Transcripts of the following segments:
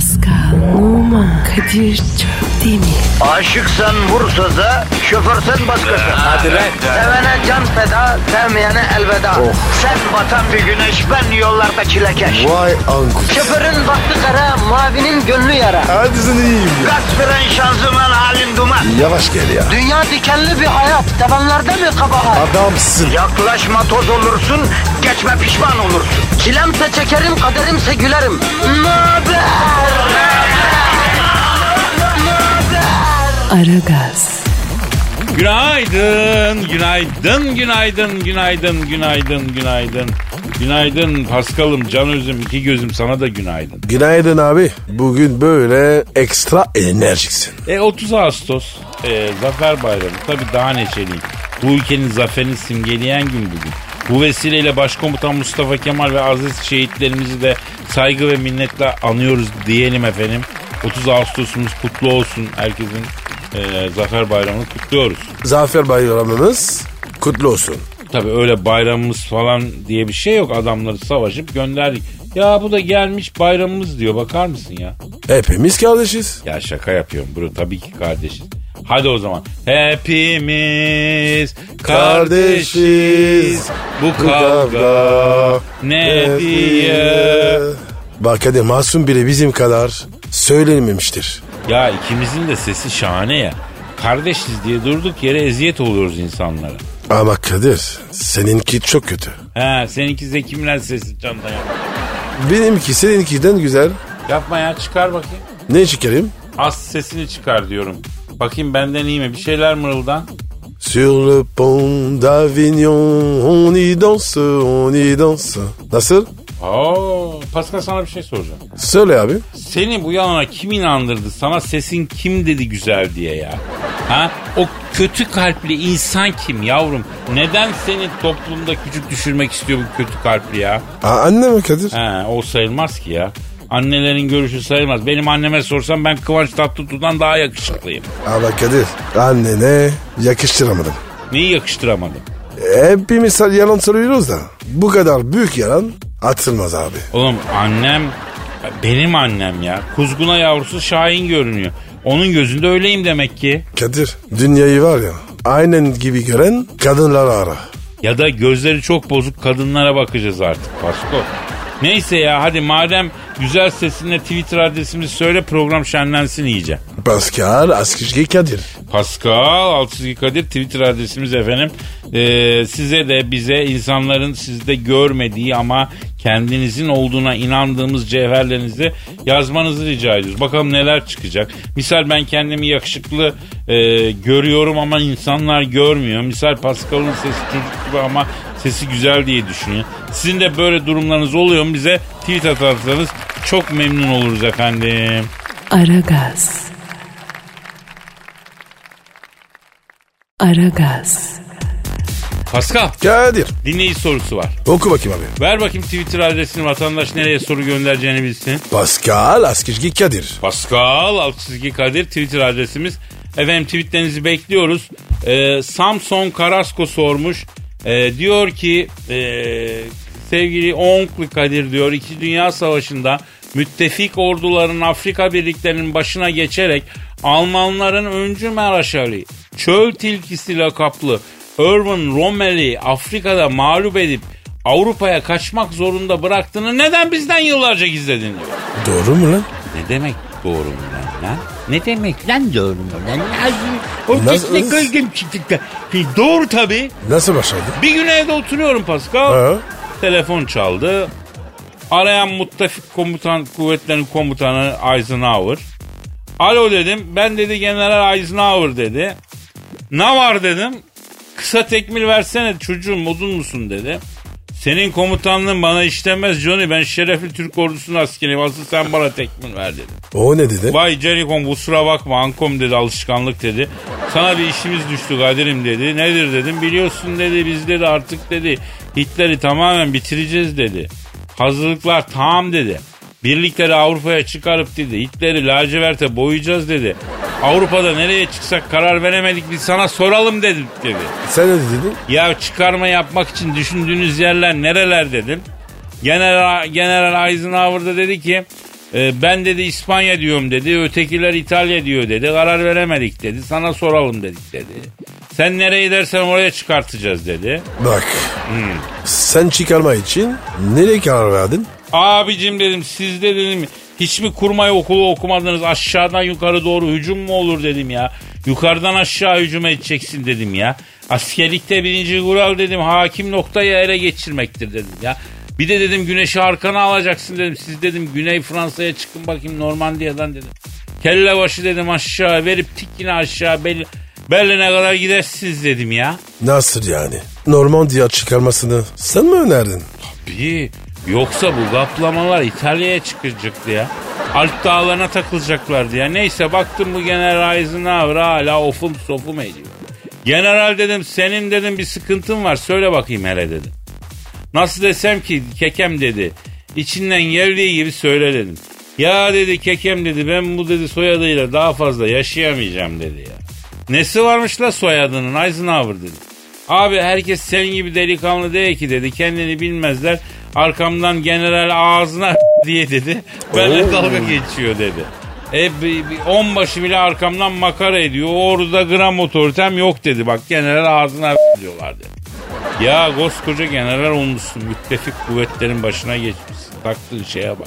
Pascal, Oman, Kadir çok değil mi? Aşıksan vursa da, şoförsen başkasın. Hadi lan. Sevene can feda, sevmeyene elveda. Sen batan bir güneş, ben yollarda çilekeş. Vay anku. Şoförün baktı kara, mavinin gönlü yara. Hadi sen iyiyim ya. Kasperen şanzıman halin duman. Yavaş gel ya. Dünya dikenli bir hayat, sevenlerde mi kabahar? Adamsın. Yaklaşma toz olursun, geçme pişman olursun. Çilemse çekerim, kaderimse gülerim. Möber! Aragaz, Günaydın, günaydın, günaydın, günaydın, günaydın, günaydın. Günaydın Paskal'ım, can özüm, iki gözüm, sana da günaydın. Günaydın abi. Bugün böyle ekstra enerjiksin. 30 Ağustos, Zafer Bayramı. Tabii daha neşeliyim. Bu ülkenin zaferini simgeleyen gün bugün. Bu vesileyle Başkomutan Mustafa Kemal ve aziz şehitlerimizi de saygı ve minnetle anıyoruz diyelim efendim. 30 Ağustos'umuz kutlu olsun. Herkesin Zafer Bayramı'nı kutluyoruz. Zafer bayramımız kutlu olsun. Tabii öyle bayramımız falan diye bir şey yok. Adamları savaşıp gönderdik. Ya bu da gelmiş bayramımız diyor. Bakar mısın ya? Hepimiz kardeşiz. Ya şaka yapıyorum bro. Tabii ki kardeşiz. Hadi o zaman. Hepimiz kardeşiz. Bu kavga ne diye. Bak hadi masum biri bizim kadar söylenmemiştir. Ya ikimizin de sesi şahane ya. Kardeşiz diye durduk yere eziyet oluyoruz insanlara. Ama Kadir seninki çok kötü. He, seninki Zeki Müren sesi candan ya. Benimki seninkinden güzel. Yapma ya, çıkar bakayım. Ne çıkarayım? Az sesini çıkar diyorum. Bakayım benden iyi mi? Bir şeyler mırıldan. Sur le pont d'Avignon on y danse, on y danse. Nasıl? Pascal, sana bir şey soracağım. Söyle abi. Seni bu yalana kim inandırdı? Sana sesin kim dedi güzel diye ya? Ha? O kötü kalpli insan kim yavrum? Neden seni toplumda küçük düşürmek istiyor bu kötü kalpli ya? Anne mi Kadir? He, o sayılmaz ki ya. Annelerin görüşü sayılmaz. Benim anneme sorsam ben Kıvanç Tatlıtuğ'dan daha yakışıklıyım. Ama Kadir annene yakıştıramadım. Neyi yakıştıramadım? Hepimiz yalan söylüyoruz da bu kadar büyük yalan atılmaz abi. Oğlum annem benim annem ya. Kuzguna yavrusu Şahin görünüyor. Onun gözünde öyleyim demek ki. Kadir dünyayı var ya aynen gibi gören kadınları ara. Ya da gözleri çok bozuk kadınlara bakacağız artık Pasko. Neyse ya, hadi madem güzel sesinle Twitter adresimizi söyle, program şenlensin iyice. Pascal Askışki Kadir. Pascal Altçizgi Kadir Twitter adresimiz efendim. Size de bize insanların sizde görmediği ama kendinizin olduğuna inandığımız cevherlerinizi yazmanızı rica ediyoruz. Bakalım neler çıkacak. Misal ben kendimi yakışıklı görüyorum ama insanlar görmüyor. Misal Pascal'ın sesi çocuk gibi ama sesi güzel diye düşünüyor. Sizin de böyle durumlarınız oluyor mu? Bize tweet atarsanız çok memnun oluruz efendim. Aragaz. Aragaz. Pascal, Kadir. dinleyici sorusu var. Oku bakayım abi. Ver bakayım Twitter adresini, vatandaş nereye soru göndereceğini bilsin. Pascal Askışki Kadir. Pascal Altçizgi Kadir Twitter adresimiz. Efendim tweetlerinizi bekliyoruz. Samson Karasko sormuş. Diyor ki sevgili Onkli Kadir diyor, 2. Dünya Savaşı'nda müttefik orduların Afrika birliklerinin başına geçerek Almanların öncü Maraşali, çöl tilkisi lakaplı Erwin Rommel'i Afrika'da mağlup edip Avrupa'ya kaçmak zorunda bıraktığını neden bizden yıllarca gizledin diyor. Doğru mu lan? Ne demek doğru mu lan? Ne demek lan doğru mu lan? O Nasıl? kesinlikle öldüm çıktıkta. Doğru tabii. Nasıl başladı? Bir gün evde oturuyorum Pascal. Ha? Telefon çaldı. Arayan muttefik kuvvetlerin komutanı Eisenhower. Alo dedim. Ben dedi General Eisenhower dedi. Ne var dedim. Kısa tekmil versene çocuğum, odun musun dedi. Senin komutanlığın bana işlemez Johnny, ben şerefli Türk ordusunun askeriyim, asıl sen bana tekmil ver dedi. O ne dedi? Vay Jerikom kusura bakma Ankom dedi, alışkanlık dedi. Sana bir işimiz düştü Kadir'im dedi. Nedir dedim, biliyorsun dedi, biz dedi artık dedi Hitler'i tamamen bitireceğiz dedi. Hazırlıklar tamam dedi. Birlikleri Avrupa'ya çıkarıp dedi Hitler'i laciverte boyayacağız dedi. Avrupa'da nereye çıksak karar veremedik, biz sana soralım dedim dedi. Sen ne dedin? Ya çıkarma yapmak için düşündüğünüz yerler nereler dedim. General Eisenhower da dedi ki Ben dedi İspanya diyorum dedi. Ötekiler İtalya diyor dedi. Karar veremedik dedi. Sana soralım dedik dedi. Sen nereye dersen oraya çıkartacağız dedi. Bak. Sen çıkarma için nereye karar verdin? Abicim dedim siz de dedim hiç mi kurmay okulu okumadınız, aşağıdan yukarı doğru hücum mu olur dedim ya. Yukarıdan aşağı hücum edeceksin dedim ya. Askerlikte birinci kural dedim hakim noktayı ele geçirmektir dedim ya. Bir de dedim güneşi arkana alacaksın dedim. Siz dedim Güney Fransa'ya çıkın bakayım Normandiya'dan dedim. Kelle başı dedim aşağı verip tik yine aşağı Berlin'e kadar gidersiniz dedim ya. Nasıl yani? Normandiya çıkarmasını sen mi önerdin? Tabii. Yoksa bu kaplamalar İtalya'ya çıkacaktı ya. Alp dağlarına takılacaklardı ya. Neyse baktım bu General Eisenhower hala ofum sofum ediyor. General dedim senin dedim bir sıkıntın var söyle bakayım hele dedim. Nasıl desem ki kekem dedi. İçinden geldiği gibi söyle dedim. Ya dedi kekem dedi ben bu dedi soyadıyla daha fazla yaşayamayacağım dedi ya. Nesi varmış la soyadının Eisenhower dedi. Abi herkes senin gibi delikanlı değil ki dedi. Kendini bilmezler. Arkamdan general ağzına diye dedi. Benimle dalga geçiyor dedi. Onbaşı bile arkamdan makara ediyor. Orada gram otoritem yok dedi. Bak general ağzına diyorlar dedi. Ya koskoca general olmuşsun. Müttefik kuvvetlerin başına geçmişsin. Taktığın şeye bak.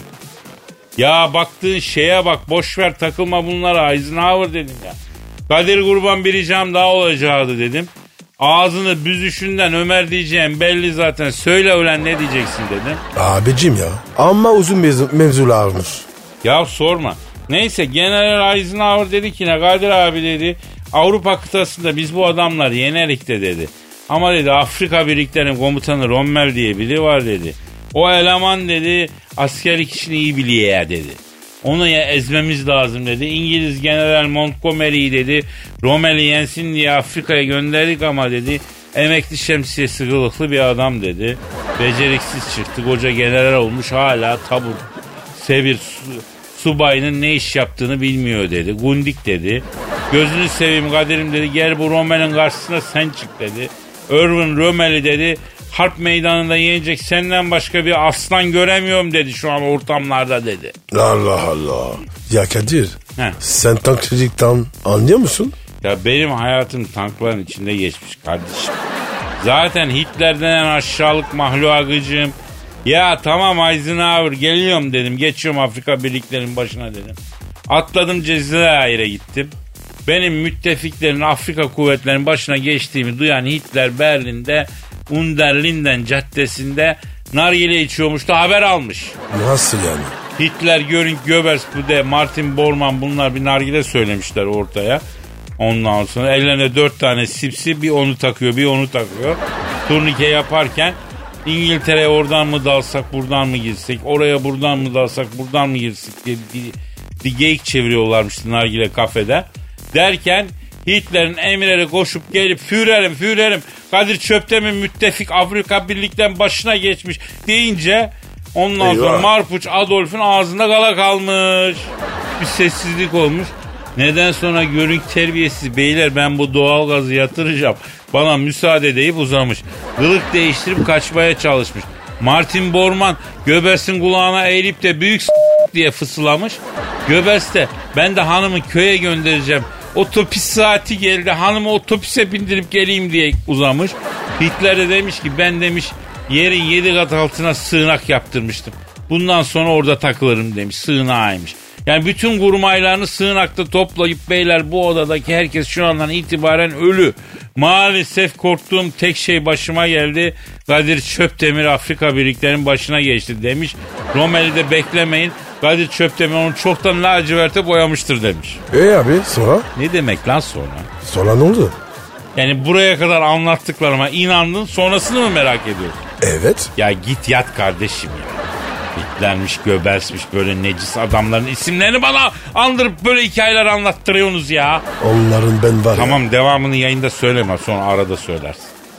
Ya baktığın şeye bak. Boşver takılma bunlara. Eisenhower dedim ya. Kadir Kurban bir ricam daha olacaktı dedim. Ağzını büzüşünden Ömer diyeceğim belli zaten. Söyle ulan ne diyeceksin dedim. Abicim ya ama uzun mevzularmış. Ya sorma. Neyse General Eisenhower dedi ki ne Kadir abi dedi. Avrupa kıtasında biz bu adamlar yenerik de dedi. Ama dedi Afrika birliklerinin komutanı Rommel diye biri var dedi. O eleman dedi askerlik işini iyi biliyor ya dedi. Onu ya ezmemiz lazım dedi. İngiliz General Montgomery'i dedi. Rommel'i yensin diye Afrika'ya gönderdik ama dedi. Emekli şemsiyesi kılıklı bir adam dedi. Beceriksiz çıktı. Koca general olmuş hala tabur. Sevir subayının ne iş yaptığını bilmiyor dedi. Gundik dedi. Gözünü seveyim Kadir'im dedi. Gel bu Rommel'in karşısına sen çık dedi. Irvin Rommel'i dedi. Harp meydanında yenecek senden başka bir aslan göremiyorum dedi şu an ortamlarda dedi. Allah Allah. Ya Kadir sen tankçılıktan anlıyor musun? Ya benim hayatım tankların içinde geçmiş kardeşim. Zaten Hitler denen aşağılık mahluğa gıcığım. Ya tamam Eisenhower geliyorum dedim. Geçiyorum Afrika birliklerinin başına dedim. Atladım Cezayir'e gittim. Benim müttefiklerin Afrika kuvvetlerinin başına geçtiğimi duyan Hitler Berlin'de Unter Linden caddesinde nargile içiyormuş da haber almış. Nasıl yani? Hitler, Göring, Goebbels, Bude, Martin Bormann bunlar bir nargile söylemişler ortaya. Ondan sonra ellerine 4 tane sipsi bir onu takıyor bir onu takıyor. Turnike yaparken İngiltere'ye oradan mı dalsak buradan mı girsek, oraya buradan mı dalsak buradan mı girsek diye bir geyik çeviriyorlarmış nargile kafede. Derken Hitler'in emirleri koşup gelip Führerim Kadir Çöptemir müttefik Afrika Birlik'ten başına geçmiş deyince ondan sonra Marpuç Adolf'un ağzında kala kalmış. Bir sessizlik olmuş. Neden sonra Göring terbiyesiz beyler ben bu doğal gazı yatıracağım. Bana müsaade deyip uzamış. Kılık değiştirip kaçmaya çalışmış. Martin Bormann Goebbels'in kulağına eğilip de büyük diye fısıldamış. Goebbels de ben de hanımı köye göndereceğim. Otobüs saati geldi hanımı otobüse bindirip geleyim diye uzamış. Hitler de demiş ki ben demiş yerin 7 kat altına sığınak yaptırmıştım. Bundan sonra orada takılırım demiş sığınağıymış. Yani bütün kurmaylarını sığınakta toplayıp beyler bu odadaki herkes şu andan itibaren ölü. Maalesef korktuğum tek şey başıma geldi. Kadir Çöptemir Afrika birliklerinin başına geçti demiş. Rommel'i de beklemeyin. Kadir Çöptemir onu çoktan laciverte boyamıştır demiş. Abi sonra? Ne demek lan sonra? Sonra ne oldu? Yani buraya kadar anlattıklarıma inandın sonrasını mı merak ediyorsun? Evet. Ya git yat kardeşim ya. Hitler'miş, Goebbels'miş böyle necis adamların isimlerini bana andırıp böyle hikayeler anlattırıyorsunuz ya. Onların ben var. Tamam devamını yayında söyleme sonra arada söylersin.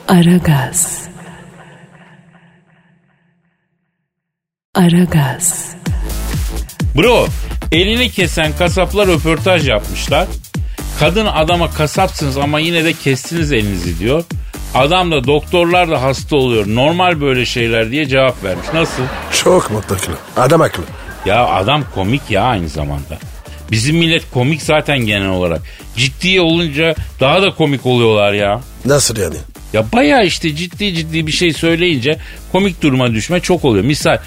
Aragaz. Bro elini kesen kasaplar röportaj yapmışlar. Kadın adama kasapsınız ama yine de kestiniz elinizi diyor. Adam da doktorlar da hasta oluyor. Normal böyle şeyler diye cevap vermiş. Nasıl? Çok mantıklı. Adam haklı. Ya adam komik ya aynı zamanda. Bizim millet komik zaten genel olarak. Ciddi olunca daha da komik oluyorlar ya. Nasıl yani? Ya bayağı işte ciddi bir şey söyleyince komik duruma düşme çok oluyor. Misal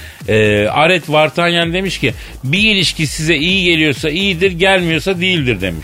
Aret Vartanyan demiş ki bir ilişki size iyi geliyorsa iyidir, gelmiyorsa değildir demiş.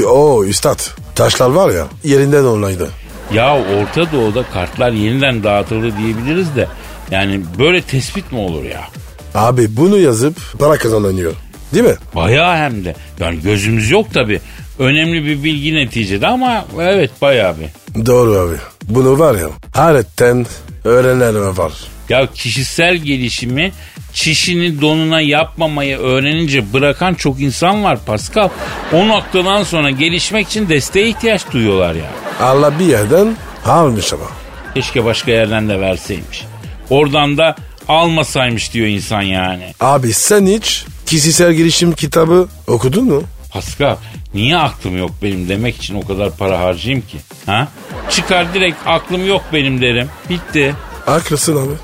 O üstad, taşlar var ya yerinden olaydı. Ya Orta Doğu'da kartlar yeniden dağıtıldı diyebiliriz de yani böyle tespit mi olur ya? Abi bunu yazıp para kazanılıyor. Değil mi? Bayağı hem de. Yani gözümüz yok tabii. Önemli bir bilgi neticede ama evet bayağı bir. Doğru abi. Bunu var ya aletten öğrenenler var. Ya kişisel gelişimi çişini donuna yapmamayı öğrenince bırakan çok insan var Pascal. O noktadan sonra gelişmek için desteğe ihtiyaç duyuyorlar ya. Allah bir yerden almış ama. Keşke başka yerden de verseymiş. Oradan da almasaymış diyor insan yani. Abi sen hiç kişisel gelişim kitabı okudun mu? Pascal niye aklım yok benim demek için o kadar para harcayayım ki? Ha? Çıkar direkt aklım yok benim derim. Bitti. Haklısın abi.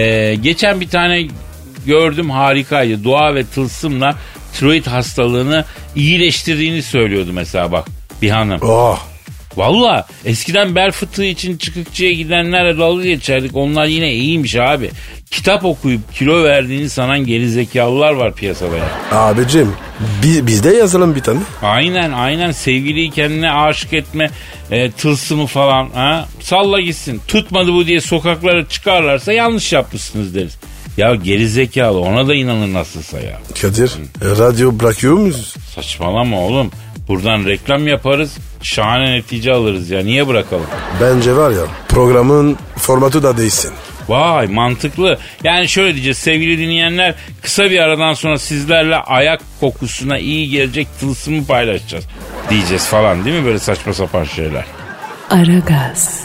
Geçen bir tane gördüm harikaydı. Dua ve tılsımla tiroid hastalığını iyileştirdiğini söylüyordu mesela bak bir hanım. Oh. Valla eskiden bel fıtığı için çıkıkçıya gidenlerle dalga geçerdik. Onlar yine iyiymiş abi. Kitap okuyup kilo verdiğini sanan gerizekalılar var piyasada ya. Abicim biz de yazalım bir tane. Aynen sevgiliyi kendine aşık etme tılsımı falan. Ha? Salla gitsin. Tutmadı bu diye sokaklara çıkarlarsa yanlış yapmışsınız deriz. Ya gerizekalı ona da inanır nasılsa ya. Kadir radyo bırakıyor muyuz? Saçmalama oğlum. Buradan reklam yaparız. Şahane netice alırız ya. Niye bırakalım? Bence var ya programın formatı da değişsin. Vay mantıklı. Yani şöyle diyeceğiz sevgili dinleyenler. Kısa bir aradan sonra sizlerle ayak kokusuna iyi gelecek tılsımı paylaşacağız. Diyeceğiz falan değil mi böyle saçma sapan şeyler? Aragaz.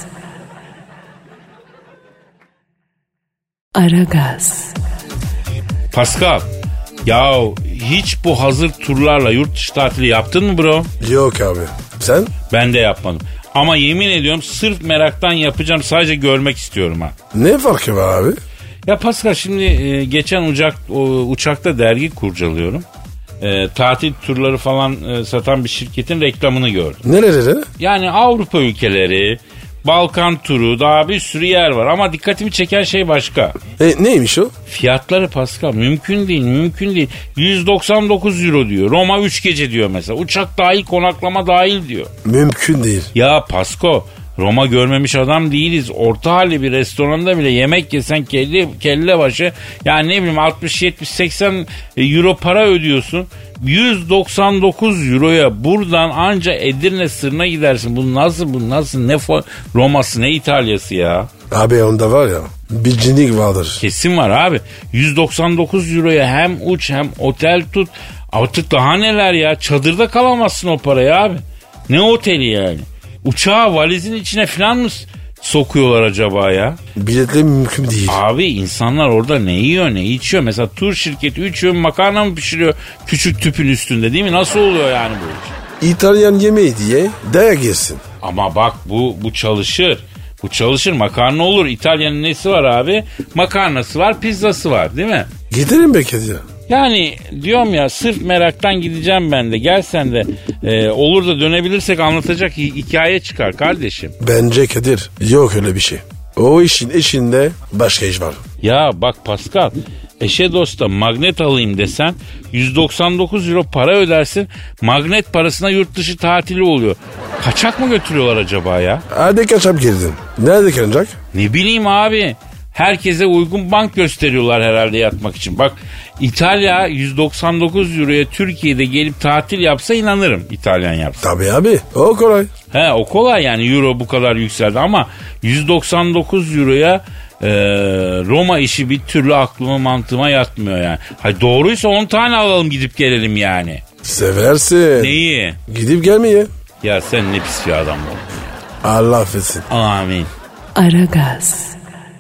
Aragaz. Pascal. Ya hiç bu hazır turlarla yurt dışı tatili yaptın mı bro? Yok abi. Sen? Ben de yapmadım. Ama yemin ediyorum sırf meraktan yapacağım. Sadece görmek istiyorum ha. Ne farkı var abi? Ya Pascal şimdi geçen uçakta dergi kurcalıyorum. Tatil turları falan satan bir şirketin reklamını gördüm. Nerelere? Yani Avrupa ülkeleri, Balkan turu, daha bir sürü yer var. Ama dikkatimi çeken şey başka. Neymiş o? Fiyatları Pascal mümkün değil. 199 euro diyor. Roma 3 gece diyor mesela. Uçak dahil, konaklama dahil diyor. Mümkün değil. Ya Pasko, Roma görmemiş adam değiliz. Orta halli bir restoranda bile yemek yesen kelle başı yani ne bileyim 60, 70, 80 euro para ödüyorsun. 199 euroya buradan anca Edirne sırrına gidersin. Bu nasıl ne Roma'sı ne İtalya'sı ya. Abi onda var ya bir cinlik vardır. Kesin var abi. 199 euroya hem uç hem otel tut. Artık daha neler ya. Çadırda kalamazsın o paraya abi. Ne oteli yani. Uçağı valizin içine falan mı sokuyorlar acaba ya? Biletle mümkün değil. Abi insanlar orada ne yiyor ne içiyor? Mesela tur şirketi 3 öğün makarna mı pişiriyor küçük tüpün üstünde değil mi? Nasıl oluyor yani bu iş? İtalyan yemeği diye dayak yesin. Ama bak bu çalışır. Bu çalışır makarna olur. İtalya'nın nesi var abi? Makarnası var pizzası var değil mi? Gidelim be Kadir. Yani diyorum ya sırf meraktan gideceğim ben de. Gel sen de olur da dönebilirsek anlatacak hikaye çıkar kardeşim. Bence Kadir yok öyle bir şey. O işin eşinde başka iş var. Ya bak Pascal eşe dosta magnet alayım desen 199 euro para ödersin. Magnet parasına yurt dışı tatili oluyor. Kaçak mı götürüyorlar acaba ya? Hadi kaçap girdin. Nerede kalacak? Ne bileyim abi. Herkese uygun bank gösteriyorlar herhalde yatmak için. Bak İtalya 199 euroya Türkiye'de gelip tatil yapsa inanırım İtalyan yapsa. Tabii abi o kolay. He o kolay yani euro bu kadar yükseldi ama 199 euroya Roma işi bir türlü aklıma mantığıma yatmıyor yani. Hayır doğruysa 10 tane alalım gidip gelelim yani. Seversin. Neyi? Gidip gelmeye. Ya sen ne pis bir adam oldun ya. Allah affetsin. Amin. Aragaz.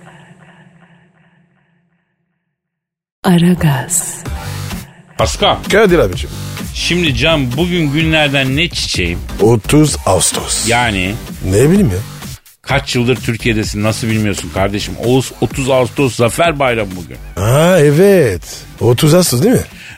Aragaz. Pascal. Kadir abicim. Şimdi Can bugün günlerden ne çiçeğim? 30 Ağustos. Yani Ne bileyim ya. kaç yıldır Türkiye'desin nasıl bilmiyorsun kardeşim? 30 Ağustos Zafer Bayramı bugün. Ha evet. 30 Ağustos değil mi?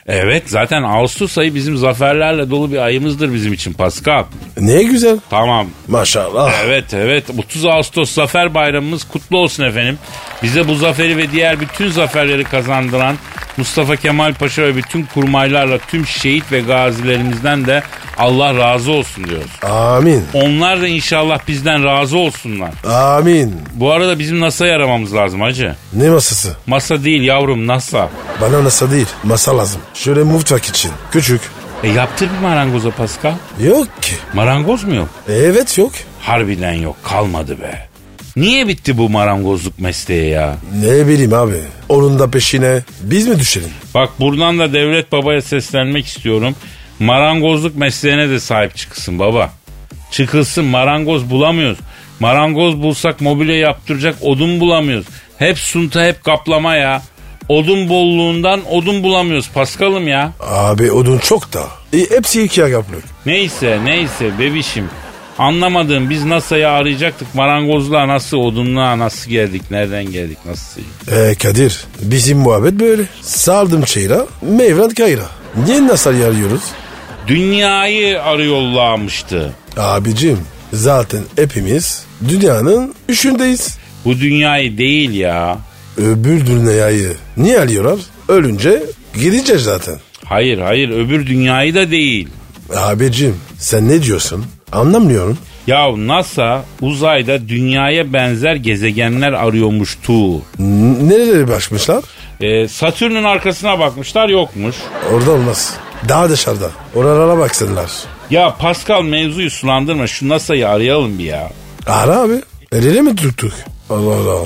Evet, zaten Ağustos ayı bizim zaferlerle dolu bir ayımızdır bizim için Pascal. Ne güzel. Tamam. Maşallah. Evet. 30 Ağustos Zafer Bayramımız kutlu olsun efendim. Bize bu zaferi ve diğer bütün zaferleri kazandıran Mustafa Kemal Paşa ve bütün kurmaylarla tüm şehit ve gazilerimizden de Allah razı olsun diyoruz. Amin. Onlar da inşallah bizden razı olsunlar. Amin. Bu arada bizim NASA'yı aramamız lazım hacı. Ne masası? Masa değil yavrum, NASA. Bana NASA değil. Masa lazım. Şöyle mutfak için. Küçük. Yaptır bir marangoza Pascal. Yok ki. Marangoz mu yok? Evet yok. Harbiden yok, kalmadı be. Niye bitti bu marangozluk mesleği ya? Ne bileyim abi. Onun da peşine biz mi düşelim? Bak buradan da devlet babaya seslenmek istiyorum. Marangozluk mesleğine de sahip çıkılsın baba. Çıkılsın, marangoz bulamıyoruz. Marangoz bulsak mobilya yaptıracak odun bulamıyoruz. Hep sunta, hep kaplama ya. Odun bolluğundan odun bulamıyoruz Paskal'ım ya. Abi odun çok da. Hepsi iki agaplık. Neyse bebişim. Anlamadığım, biz NASA'yı arayacaktık. Marangozluğa nasıl, odunluğa nasıl geldik, nereden geldik, nasıl? Kadir, bizim muhabbet böyle. Sardım çayıra, meyven kayra. Niye NASA'yı arıyoruz? Dünyayı arıyorlarmıştı. Abicim, zaten hepimiz dünyanın üçündeyiz. Bu dünyayı değil ya. Öbür dünyayı niye arıyorlar? Ölünce gideceğiz zaten. Hayır, öbür dünyayı da değil. Abicim, sen ne diyorsun? Anlamıyorum. Ya NASA uzayda dünyaya benzer gezegenler arıyormuştu. Nerelere bakmışlar? Satürn'ün arkasına bakmışlar, yokmuş. Orada olmaz. Daha dışarıda. Oralara baksınlar. Ya Pascal, mevzuyu sulandırma, şu NASA'yı arayalım bir ya. Ara abi. El ele mi tuttuk? Allah Allah.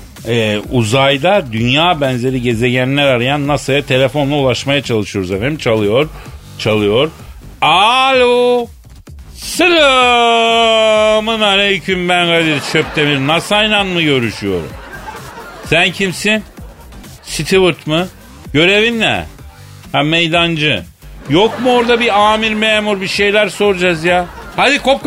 Uzayda dünya benzeri gezegenler arayan NASA'ya telefonla ulaşmaya çalışıyoruz efendim. Çalıyor. Alo. Selamın aleyküm, ben Kadir Çöptemir. NASA'yla mı görüşüyorum? Sen kimsin? Stewart mı? Görevin ne? Ha, meydancı. Yok mu orada bir amir memur, bir şeyler soracağız ya. Hadi kop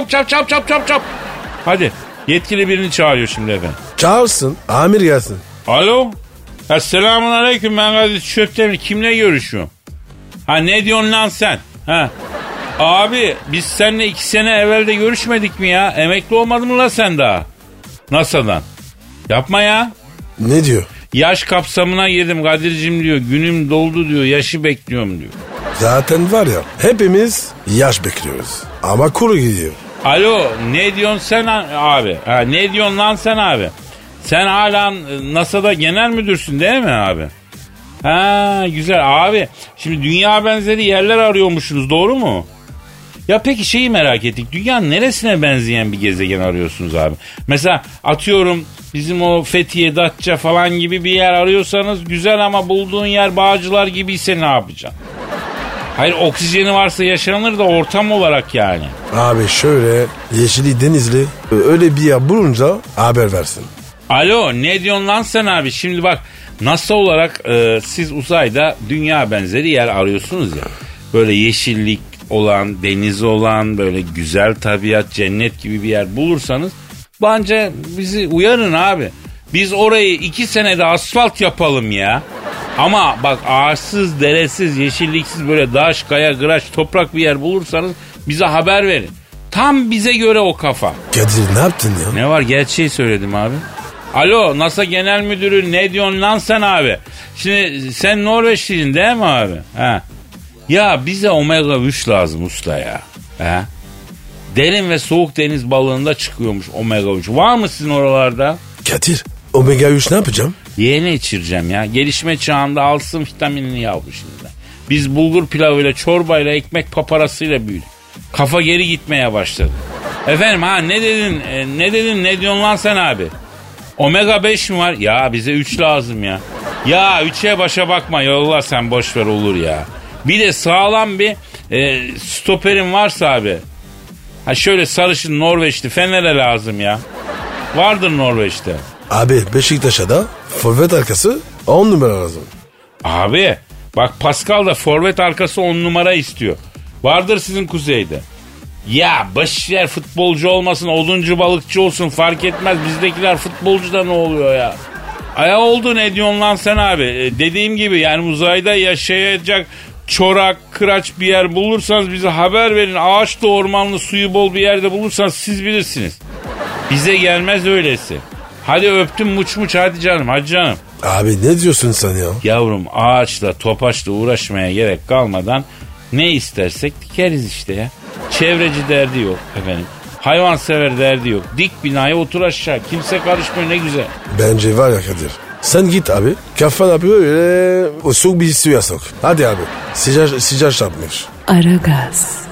çap. Hadi, yetkili birini çağırıyor şimdi efendim. Çağırsın. Amir gelsin. Alo. Selamun aleyküm, ben Kadir Çöptemir. Kimle görüşüyorum? Ha, ne diyorsun lan sen? Ha. Abi biz seninle 2 sene evvel de görüşmedik mi ya? Emekli olmadın mı la sen daha? NASA'dan. Yapma ya. Ne diyor? Yaş kapsamına girdim Kadir'cim diyor. Günüm doldu diyor. Yaşı bekliyorum diyor. Zaten var ya, hepimiz yaş bekliyoruz. Ama kuru gidiyor. Alo, ne diyorsun sen abi? Ha, ne diyorsun lan sen abi? Sen hala NASA'da genel müdürsün değil mi abi? Ha, güzel abi. Şimdi dünya benzeri yerler arıyormuşsunuz, doğru mu? Ya peki şeyi merak ettik. Dünyanın neresine benzeyen bir gezegen arıyorsunuz abi? Mesela atıyorum bizim o Fethiye, Datça falan gibi bir yer arıyorsanız güzel, ama bulduğun yer Bağcılar gibiyse ne yapacaksın? Hayır, oksijeni varsa yaşanır da ortam olarak yani. Abi şöyle Yeşili Denizli öyle bir yer bulunca haber versin. Alo, ne diyorsun lan sen abi? Şimdi bak, NASA olarak siz uzayda dünya benzeri yer arıyorsunuz ya. Böyle yeşillik olan, deniz olan, böyle güzel tabiat, cennet gibi bir yer bulursanız bence bizi uyarın abi. Biz orayı 2 senede asfalt yapalım ya. Ama bak, ağaçsız, deresiz, yeşilliksiz, böyle daş, kaya, kıraç, toprak bir yer bulursanız bize haber verin. Tam bize göre o kafa. Kadir ne yaptın ya? Ne var, gerçeği söyledim abi. Alo, NASA Genel Müdürü, ne diyorsun lan sen abi? Şimdi sen Norveçliydin değil mi abi? Ha. Ya bize omega 3 lazım usta ya. Ha. Derin ve soğuk deniz balığında çıkıyormuş omega 3. Var mı sizin oralarda? Kadir, omega 3 ne yapacağım? Yeğene içireceğim ya. Gelişme çağında alsın vitaminini yavru şimdi. Biz bulgur pilavıyla, çorbayla, ekmek paparasıyla büyüdük. Kafa geri gitmeye başladı. Efendim ha, ne dedin ne diyorsun lan sen abi? Omega 5 mi var? Ya bize 3 lazım ya. Ya 3'e başa bakma, yolla sen, boş ver, olur ya. Bir de sağlam bir stoperin varsa abi. Ha şöyle sarışın Norveçli Fener'e lazım ya. Vardır Norveç'te. Abi Beşiktaş'a da forvet arkası 10 numara lazım. Abi bak, Pascal da forvet arkası 10 numara istiyor. Vardır sizin kuzeyde. Ya boşver, futbolcu olmasın, oduncu balıkçı olsun, fark etmez. Bizdekiler futbolcu da ne oluyor ya? oldu ne diyorsun lan sen abi? Dediğim gibi yani uzayda yaşayacak çorak, kıraç bir yer bulursanız bize haber verin. Ağaçlı, ormanlı, suyu bol bir yerde bulursanız siz bilirsiniz. Bize gelmez öylesi. Hadi öptüm muç hadi canım, hadi canım. Abi ne diyorsun sen ya? Yavrum ağaçla, topaçla uğraşmaya gerek kalmadan ne istersek dikeriz işte ya. Çevreci derdi yok efendim. Hayvansever derdi yok. Dik binaya otur aşağı. Kimse karışmıyor, ne güzel. Bence var ya Kadir. Sen git abi. Kafana böyle o soğuk bir suya sok. Hadi abi. Sıcak çarpmış. Aragaz.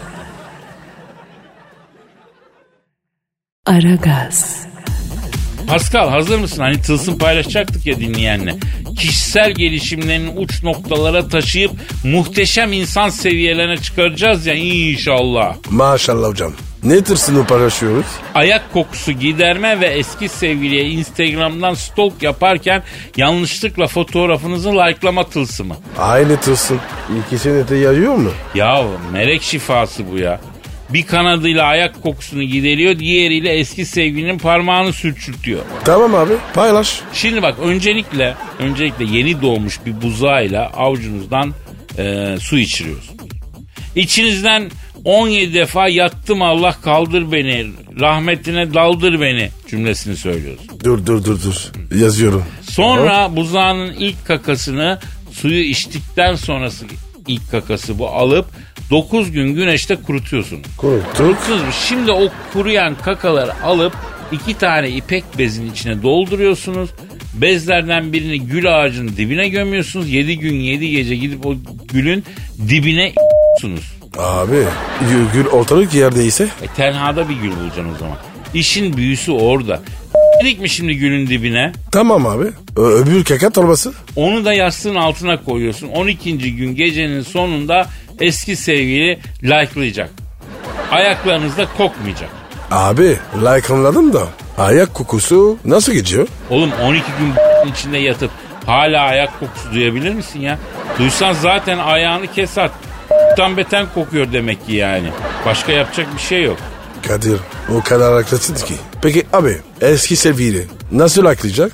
Aragaz. Pascal hazır mısın? Hani tılsım paylaşacaktık ya dinleyenle. Kişisel gelişimlerini uç noktalara taşıyıp muhteşem insan seviyelerine çıkaracağız ya inşallah. Maşallah hocam. Ne tırsını paylaşıyoruz? Ayak kokusu giderme ve eski sevgiliye Instagram'dan stalk yaparken yanlışlıkla fotoğrafınızı like'lama tılsımı. Aynı tırsın. İkisini de yarıyor mu? Ya melek şifası bu ya. Bir kanadıyla ayak kokusunu gideriyor, diğeriyle eski sevgilinin parmağını sürçürtüyor. Tamam abi paylaş. Şimdi bak öncelikle yeni doğmuş bir buzağıyla avucunuzdan su içiriyorsunuz. İçinizden 17 defa yattım Allah kaldır beni, rahmetine daldır beni cümlesini söylüyoruz. Dur. Yazıyorum. Sonra buzağının ilk kakasını suyu içtikten sonrası ilk kakası bu alıp 9 gün güneşte kurutuyorsunuz. Kurutuyorsunuz. Şimdi o kuruyan kakaları alıp 2 tane ipek bezin içine dolduruyorsunuz. Bezlerden birini gül ağacının dibine gömüyorsunuz. 7 gün 7 gece gidip o gülün dibine sunuz. Abi gül ortalık yerdeyse? Tenhada bir gül bulacaksın o zaman. İşin büyüsü orada. Dedik mi şimdi gülün dibine? Tamam abi. Öbür kaka torbası? Onu da yastığın altına koyuyorsun. 12. gün gecenin sonunda eski sevgili like'layacak. Ayaklarınız da kokmayacak. Abi like anladım da ayak kokusu nasıl geçiyor? Oğlum 12 gün içinde yatıp hala ayak kokusu duyabilir misin ya? Duysan zaten ayağını kes at. Tam beten kokuyor demek ki yani. Başka yapacak bir şey yok. Kadir o kadar haklısın ki. Peki abi eski sevgili nasıl like'layacak?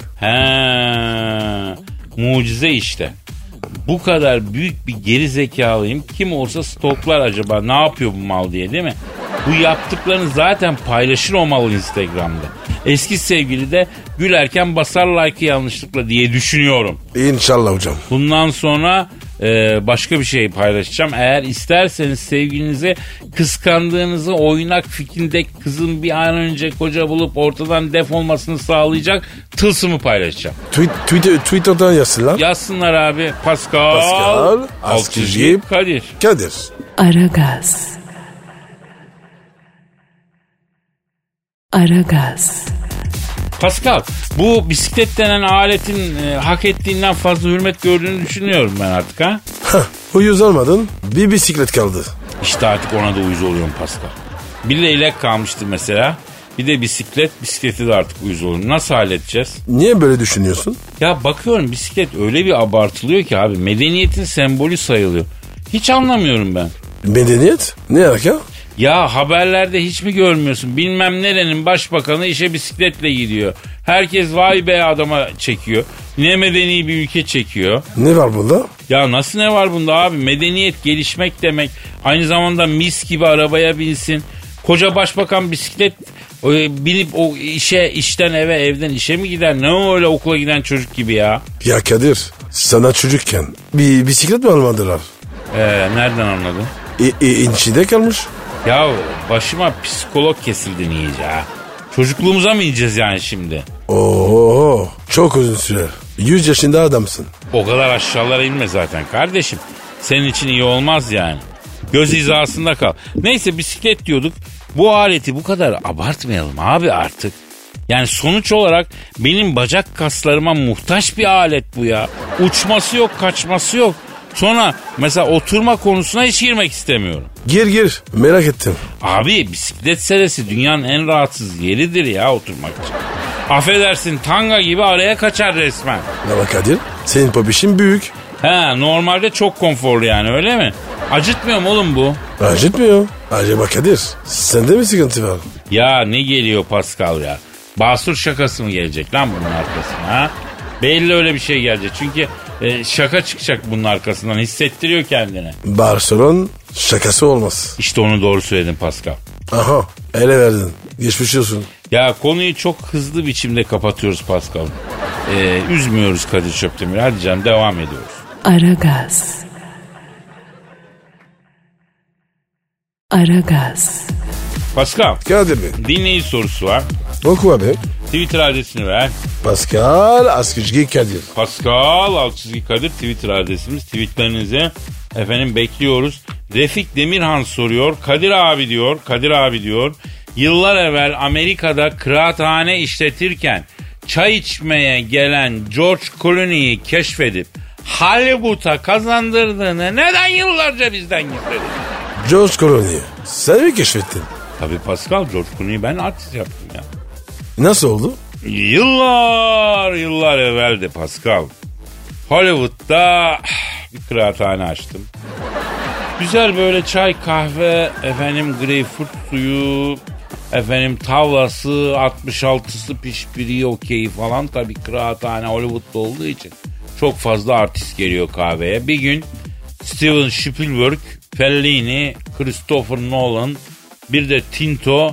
Mucize işte. Bu kadar büyük bir geri zekalıyım. Kim olsa stalklar acaba ne yapıyor bu mal diye değil mi? Bu yaptıklarını zaten paylaşır olmalı Instagram'da. Eski sevgili de gülerken basar like'ı yanlışlıkla diye düşünüyorum. İnşallah hocam. Bundan sonra başka bir şey paylaşacağım. Eğer isterseniz sevgilinize kıskandığınızı oynak fikrindeki kızın bir an önce koca bulup ortadan def olmasını sağlayacak tılsımı paylaşacağım. Twitter'dan yazsınlar. Yazsınlar abi. Pascal Askizgi Kadir. Aragaz. Aragaz. Pascal, bu bisiklet denen aletin hak ettiğinden fazla hürmet gördüğünü düşünüyorum ben artık ha. Uyuz olmadın, bir bisiklet kaldı. İşte artık ona da uyuz oluyorum Pascal. Bir leylek kalmıştı mesela. Bir de bisikleti de artık uyuz oluyorum. Nasıl halledeceğiz? Niye böyle düşünüyorsun? Ya bakıyorum bisiklet öyle bir abartılıyor ki abi. Medeniyetin sembolü sayılıyor. Hiç anlamıyorum ben. Medeniyet? Ne alaka? Ya haberlerde hiç mi görmüyorsun? Bilmem nerenin başbakanı işe bisikletle gidiyor. Herkes vay be adama çekiyor. Ne medeni bir ülke çekiyor. Ne var bunda? Ya nasıl ne var bunda abi? Medeniyet gelişmek demek. Aynı zamanda mis gibi arabaya binsin. Koca başbakan bisiklet binip o işten eve evden işe mi gider? Ne öyle okula giden çocuk gibi ya? Ya Kadir sana çocukken bir bisiklet mi almadılar? Nereden anladın? İçinde kalmış. Ya başıma psikolog kesildin iyice ha. Çocukluğumuza mı ineceğiz yani şimdi? Oo, çok uzun sürer. 100 yaşında adamsın. O kadar aşağılara inme zaten kardeşim. Senin için iyi olmaz yani. Göz hizasında kal. Neyse bisiklet diyorduk. Bu aleti bu kadar abartmayalım abi artık. Yani sonuç olarak benim bacak kaslarıma muhtaç bir alet bu ya. Uçması yok, kaçması yok. Sonra mesela oturma konusuna hiç girmek istemiyorum. Gir merak ettim. Abi bisiklet seresi dünyanın en rahatsız yeridir ya oturmak için. Affedersin tanga gibi araya kaçar resmen. Ne bak Kadir senin popişin büyük. Normalde çok konforlu yani öyle mi? Acıtmıyor mu oğlum bu? Acıtmıyor. Acaba Kadir sende mi sıkıntı var? Ya ne geliyor Pascal ya? Basur şakası mı gelecek lan bunun arkasına ha? Belli öyle bir şey gelecek. Çünkü şaka çıkacak bunun arkasından. Hissettiriyor kendine. Barcelona şakası olmaz. İşte onu doğru söyledin Pascal. Aha ele verdin. Geçmiş olsun. Ya konuyu çok hızlı biçimde kapatıyoruz Pascal. Üzmüyoruz Kadir Çöptemir. Hadi canım devam ediyoruz. Aragaz. Aragaz. Pascal, Kadir Bey. dinleyici sorusu var. Oku abi. Twitter adresini ver. Pascal Askışgi Kadir. Pascal Altçizgi Kadir Twitter adresimiz. Tweetlerinizi efendim bekliyoruz. Refik Demirhan soruyor. Kadir abi diyor. Yıllar evvel Amerika'da kıraathane işletirken çay içmeye gelen George Clooney'i keşfedip Hollywood'a kazandırdığını neden yıllarca bizden gizledi? George Clooney. Sen mi keşfettin? Tabii Pascal, George Clooney'i ben artist yaptım ya. Nasıl oldu? Yıllar evveldi Pascal. Hollywood'da bir kıraathane açtım. Güzel böyle çay, kahve, efendim greyfurt suyu, efendim tavlası, 66'sı pişbiriği okey falan. Tabii kıraathane Hollywood'da olduğu için çok fazla artist geliyor kahveye. Bir gün Steven Spielberg, Fellini, Christopher Nolan, bir de Tinto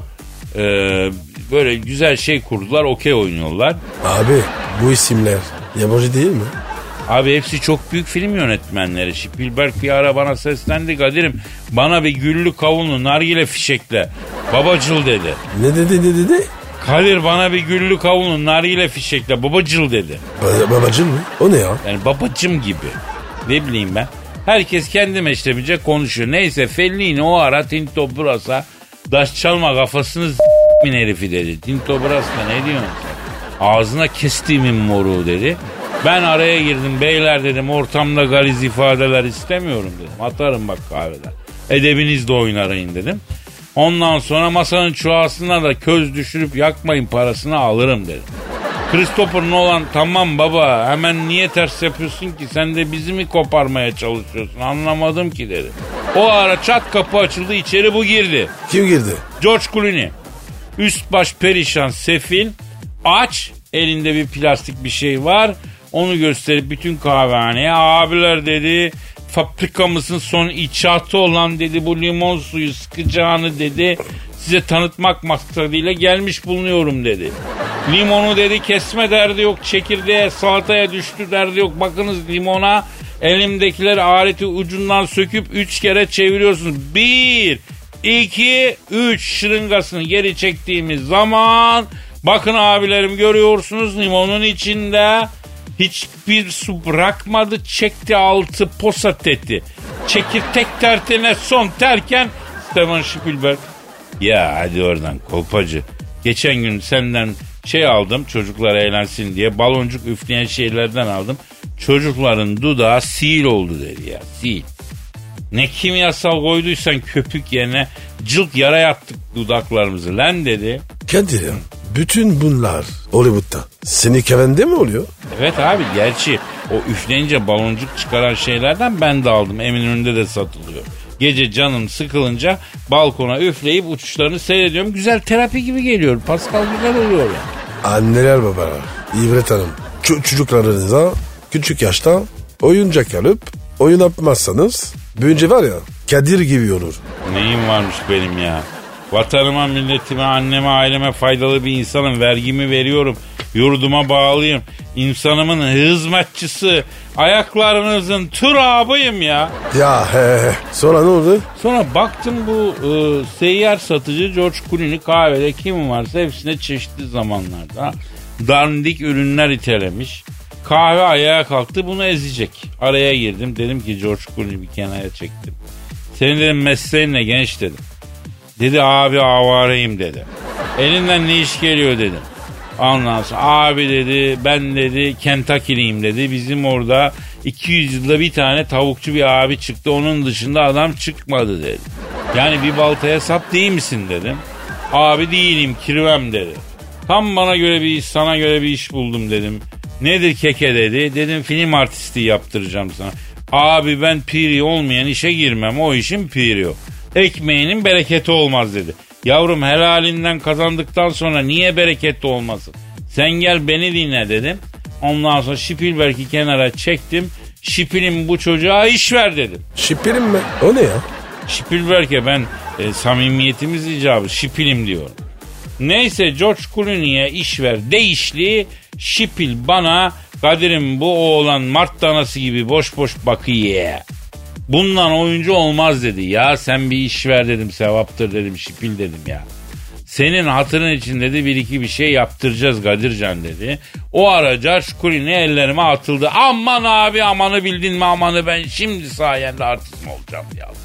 böyle güzel şey kurdular, okey oynuyorlar. Abi bu isimler yabancı değil mi? Abi hepsi çok büyük film yönetmenleri. Spielberg bir ara bana seslendi, Kadir'im bana bir güllü kavunlu nargile fişekle babacıl dedi. Ne dedi? Kadir bana bir güllü kavunlu nargile fişekle babacıl dedi. Babacım mı? O ne ya? Yani babacım gibi. Ne bileyim ben. Herkes kendi meşrebince konuşuyor. Neyse Fellini o ara Tinto Bras'a daş çalma kafasını z**min herifi dedi. Tinto Bras'la ne diyorsun sen? Ağzına kestiğimin moruğu dedi. Ben araya girdim, beyler dedim, ortamda galiz ifadeler istemiyorum dedim. Atarım bak kahveden. Edebinizle oynarayın dedim. Ondan sonra masanın çuhasına da köz düşürüp yakmayın parasını alırım dedim. Christopher Nolan tamam baba hemen niye ters yapıyorsun ki, sen de bizi mi koparmaya çalışıyorsun, anlamadım ki dedi. O ara çat kapı açıldı, içeri bu girdi. Kim girdi? George Clooney. Üst baş perişan, sefil, aç, elinde bir plastik bir şey var. Onu gösterip bütün kahvehaneye abiler dedi, fabrikamızın son icat olan dedi bu limon suyu sıkacağını dedi size tanıtmak maksadıyla gelmiş bulunuyorum dedi. Limonu dedi kesme derdi yok, çekirdeğe salataya düştü derdi yok. Bakınız limona, elimdekiler aleti ucundan söküp 3 kere çeviriyorsunuz. 1, 2, 3 şırıngasını geri çektiğimiz zaman bakın abilerim görüyorsunuz limonun içinde hiçbir su bırakmadı, çekti altı posa teti. Çekirtek tertine son terken Steven Spielberg, ya hadi oradan kolpacı. Geçen gün senden şey aldım çocuklar eğlensin diye, baloncuk üfleyen şeylerden aldım. Çocukların dudağı sil oldu dedi ya, sil. Ne kimyasal koyduysan köpük yerine cılk yara yaptık dudaklarımızı lan dedi. Kadir ya, bütün bunlar Hollywood'da. Senin kevende mi oluyor? Evet abi, gerçi o üfleyince baloncuk çıkaran şeylerden ben de aldım. Eminönü'nde de satılıyor. Gece canım sıkılınca balkona üfleyip uçuşlarını seyrediyorum. Güzel terapi gibi geliyor. Pascal, güzel oluyor ya. Anneler babalar, İbret Hanım, çocuklarınıza küçük yaşta oyuncak alıp oyun yapmazsanız büyünce var ya Kadir gibi olur. Neyim varmış benim ya? Vatanıma, milletime, anneme, aileme faydalı bir insanım. Vergimi veriyorum. Yurduma bağlıyım. İnsanımın hizmetçisi. Ayaklarınızın turabıyım ya. Ya sonra ne oldu? Sonra baktım bu seyyar satıcı George Clooney kahvede kim varsa hepsine çeşitli zamanlarda dandik ürünler itelemiş. Kahve ayağa kalktı, bunu ezecek. Araya girdim, dedim ki George Clooney bir kenara çektim. Senin dedim mesleğin ne genç dedim. Dedi abi avareyim dedi. Elinden ne iş geliyor dedim. Ondan sonra abi dedi ben dedi Kentucky'liyim dedi. Bizim orada 200 yılda bir tane tavukçu bir abi çıktı, onun dışında adam çıkmadı dedi. Yani bir baltaya sap değil misin dedim. Abi değilim, kirvem dedi. Tam bana göre bir iş, sana göre bir iş buldum dedim. Nedir keke dedi. Dedim film artistliği yaptıracağım sana. Abi ben piri olmayan işe girmem, o işin piri o. Ekmeğinin bereketi olmaz dedi. Yavrum helalinden kazandıktan sonra niye bereketli olmasın? Sen gel beni dinle dedim. Ondan sonra Spielberg'i kenara çektim. Şipil'im bu çocuğa iş ver dedim. Şipirim mi? O ne ya? Spielberg'e ben samimiyetimiz icabı Şipil'im diyorum. Neyse George Clooney'e iş ver değişli. Şipil bana Kadir'im bu oğlan Mart danası gibi boş boş bakıyor. Bundan oyuncu olmaz dedi. Ya sen bir iş ver dedim, sevaptır dedim, Şipil dedim ya. Senin hatırın için dedi bir iki bir şey yaptıracağız Kadircan dedi. O ara George Clooney ellerime atıldı. Aman abi amanı bildin mi amanı, ben şimdi sayende artist mi olacağım yazdım.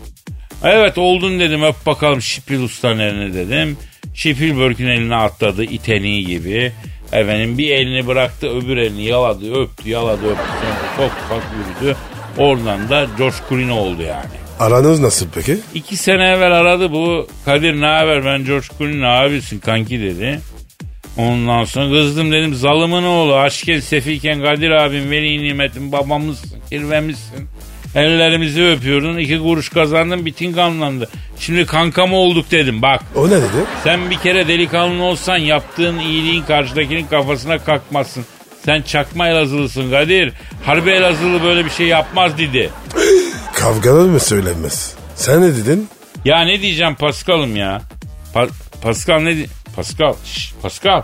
Evet oldun dedim, öp bakalım Şipil ustanın eline dedim. Spielberg'in eline atladı iteniği gibi. Efendim bir elini bıraktı, öbür elini yaladı öptü yaladı öptü. Sonra ufak yürüdü. Oradan da George Clooney oldu yani. Aranız nasıl peki? 2 sene evvel aradı bu. Kadir ne haber, ben George Clooney abisin kanki dedi. Ondan sonra kızdım dedim, zalımın oğlu aşken sefiyken Kadir abim veli nimetin babamızsın, kirvemizsin. Ellerimizi öpüyordun, 2 kuruş kazandın, bitin kanlandı. Şimdi kanka mı olduk dedim bak. O ne dedi? Sen bir kere delikanlı olsan yaptığın iyiliğin karşıdakinin kafasına kalkmazsın. Sen çakma Elazığlısın Kadir. Harbi Elazığlı böyle bir şey yapmaz dedi. Kavgalı mı söylenmez? Sen ne dedin? Ya ne diyeceğim Pascal'ım ya? Pascal ne Pascal. Pascal.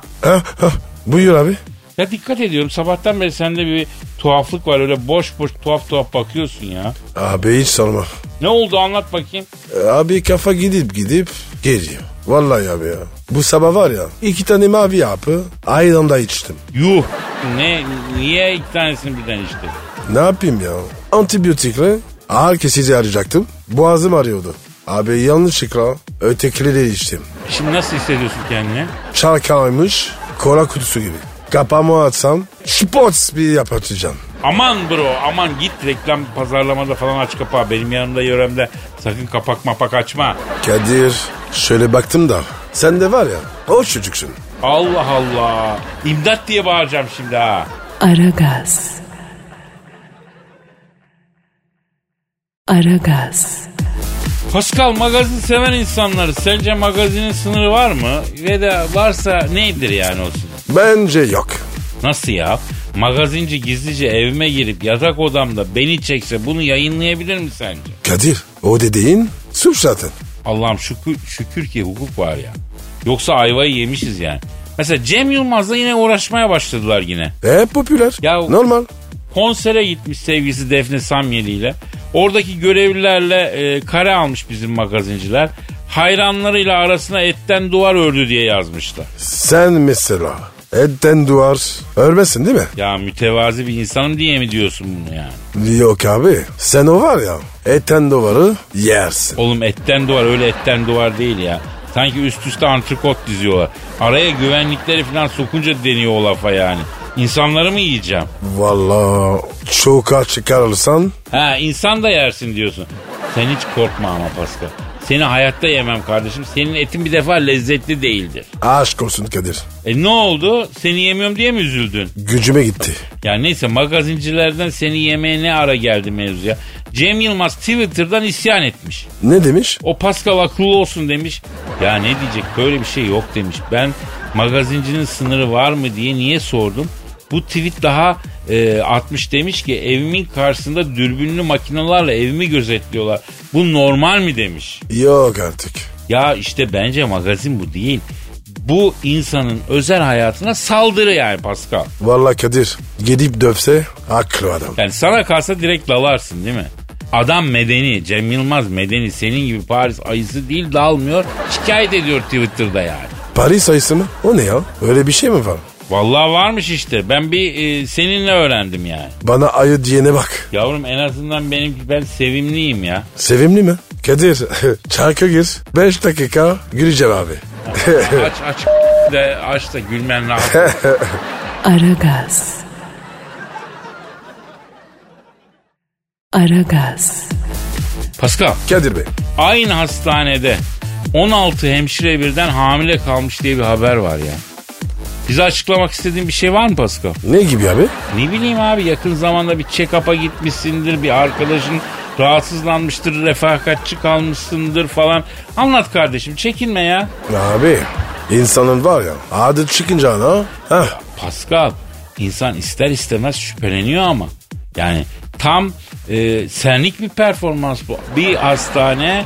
Buyur abi. Ya dikkat ediyorum sabahtan beri sende bir tuhaflık var, öyle boş boş tuhaf bakıyorsun ya. Abi hiç sorma. Ne oldu anlat bakayım. Abi kafa gidip geliyor. Vallahi abi ya. Bu sabah var ya 2 tane mavi yapı aynı anda içtim. Yuh. Niye 2 tanesini birden içtin? Ne yapayım ya? Antibiyotikle ağır kesici arayacaktım. Boğazım arıyordu. Abi yanlışlıkla ötekileri içtim. Şimdi nasıl hissediyorsun kendini? Çalkalaymış kola kutusu gibi. Kapağımı atsam şipots bir yapacağım. Aman bro aman git reklam pazarlamada falan aç kapağı. Benim yanımda yöremde sakın kapak mapak açma. Kadir şöyle baktım da sen de var ya o çocuksun. Allah Allah. İmdat diye bağıracağım şimdi ha. Aragaz. Aragaz. Pascal, magazin seven insanları sence magazinin sınırı var mı? Ve de varsa nedir yani o sınır? Bence yok. Nasıl ya? Magazinci gizlice evime girip yatak odamda beni çekse bunu yayınlayabilir mi sence? Kadir o dediğin suç zaten. Allah'ım şükür ki hukuk var ya. Yoksa ayvayı yemişiz yani. Mesela Cem Yılmaz'la yine uğraşmaya başladılar yine. Popüler. Ya, normal. Konsere gitmiş sevgilisi Defne Samyeli ile. Oradaki görevlilerle kare almış bizim magazinciler. Hayranlarıyla arasına etten duvar ördü diye yazmışlar. Sen mesela etten duvar örmesin değil mi? Ya mütevazi bir insanım diye mi diyorsun bunu yani? Yok abi. Sen o var ya etten duvarı yersin. Oğlum etten duvar öyle etten duvar değil ya. Sanki üst üste antrikot diziyorlar. Araya güvenlikleri falan sokunca deniyor o lafa yani. İnsanları mı yiyeceğim? Vallahi çok aç çıkarırsan. Ha insan da yersin diyorsun. Sen hiç korkma ama Pascal. Seni hayatta yemem kardeşim. Senin etin bir defa lezzetli değildir. Aşk olsun Kadir. Ne oldu? Seni yemiyorum diye mi üzüldün? Gücüme gitti. Ya neyse magazincilerden seni yemeye ne ara geldi mevzu ya. Cem Yılmaz Twitter'dan isyan etmiş. Ne demiş? O Pascal akıllı olsun demiş. Ya ne diyecek, böyle bir şey yok demiş. Ben magazincinin sınırı var mı diye niye sordum. Bu tweet daha atmış, demiş ki evimin karşısında dürbünlü makinelerle evimi gözetliyorlar. Bu normal mi demiş. Yok artık. Ya işte bence magazin bu değil. Bu insanın özel hayatına saldırı yani Pascal. Vallahi Kadir gidip dövse haklı adam. Yani sana kalsa direkt dalarsın değil mi? Adam medeni, Cem Yılmaz medeni, senin gibi Paris ayısı değil, dalmıyor, şikayet ediyor Twitter'da yani. Paris ayısı mı? O ne ya? Öyle bir şey mi var? Vallahi varmış işte. Ben bir seninle öğrendim yani. Bana ayı diyene bak. Yavrum en azından ben sevimliyim ya. Sevimli mi? Kadir çarka gir. 5 dakika güleceğim abi. aç da gülmen lazım. Aragaz. Aragaz. Pascal. Kadir Bey. Aynı hastanede 16 hemşire birden hamile kalmış diye bir haber var ya. Bize açıklamak istediğin bir şey var mı Pascal? Ne gibi abi? Ne bileyim abi, yakın zamanda bir check-up'a gitmişsindir, bir arkadaşın rahatsızlanmıştır, refakatçi kalmışsındır falan. Anlat kardeşim, çekinme ya. Abi insanın var ya adet çıkınca ana. Pascal, insan ister istemez şüpheleniyor ama. Yani tam senlik bir performans bu. Bir hastane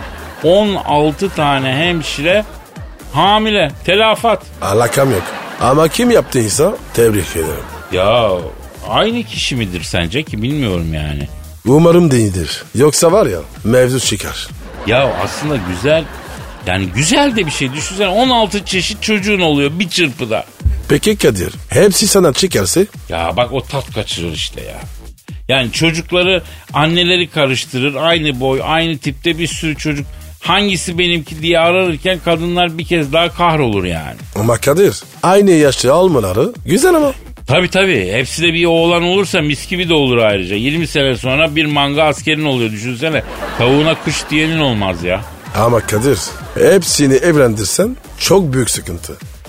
16 tane hemşire hamile. Telafat. Alakam yok. Ama kim yaptıysa tebrik ederim. Ya aynı kişi midir sence ki bilmiyorum yani. Umarım değildir. Yoksa var ya mevzu çıkar. Ya aslında güzel, yani güzel de bir şey. Düşünsene 16 çeşit çocuğun oluyor bir çırpıda. Peki Kadir, hepsi sana çıkarsa? Ya bak o tat kaçırır işte ya. Yani çocukları anneleri karıştırır. Aynı boy, aynı tipte bir sürü çocuk. Hangisi benimki diye ararken kadınlar bir kez daha kahrolur yani. Ama Kadir, aynı yaşta almaları güzel ama. Tabii. Hepsi de bir oğlan olursa mis gibi de olur ayrıca. 20 sene sonra bir manga askerin oluyor düşünsene. Tavuğuna kış diyenin olmaz ya. Ama Kadir, hepsini evlendirsen çok büyük sıkıntı.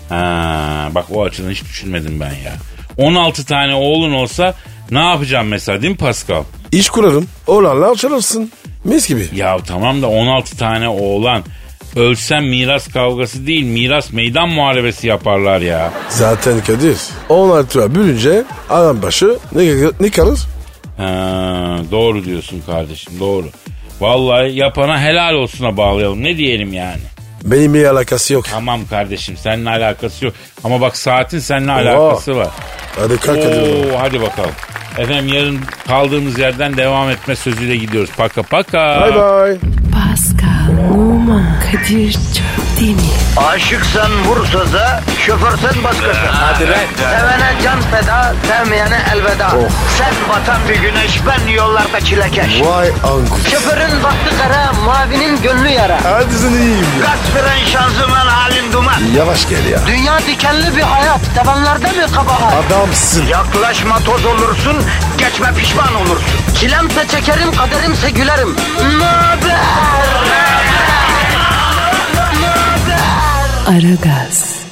Ha, bak o açıdan hiç düşünmedim ben ya. 16 tane oğlun olsa ne yapacağım mesela değil mi Pascal? İş kurarım, oğlanla açılırsın. Mis gibi. Ya tamam da 16 tane oğlan. Ölsem miras kavgası değil, miras meydan muharebesi yaparlar ya. Zaten Kadir, 16'ya bölünce adam başı ne kalır? Ha, doğru diyorsun kardeşim, doğru. Vallahi yapana helal olsuna bağlayalım, ne diyelim yani. Benim bir alakası yok. Tamam kardeşim, seninle alakası yok. Ama bak saatin seninle alakası var. Hadi kalk Kadir. Hadi bakalım. Efendim yarın kaldığımız yerden devam etme sözüyle gidiyoruz. Paka. Bye bye. Pascal, Oman, Kadir çok değil mi? Aşıksan vursa da, şoförsen başkasın. Hadi lan. Sevene can feda, sevmeyene elveda. Sen batan bir güneş, ben yollarda çilekeş. Vay anku. Şoförün baktı kara, mavinin gönlü yara. Hadi sen iyiyim ya. Kasperen şanzıman halin duman. Yavaş gel ya. Dünya dikenli bir hayat, sevenlerde mi kabahar? Adamsın. Yaklaşma toz olursun, geçme pişman olursun. Çilemse çekerim, kaderimse gülerim. Möber! Aragaz.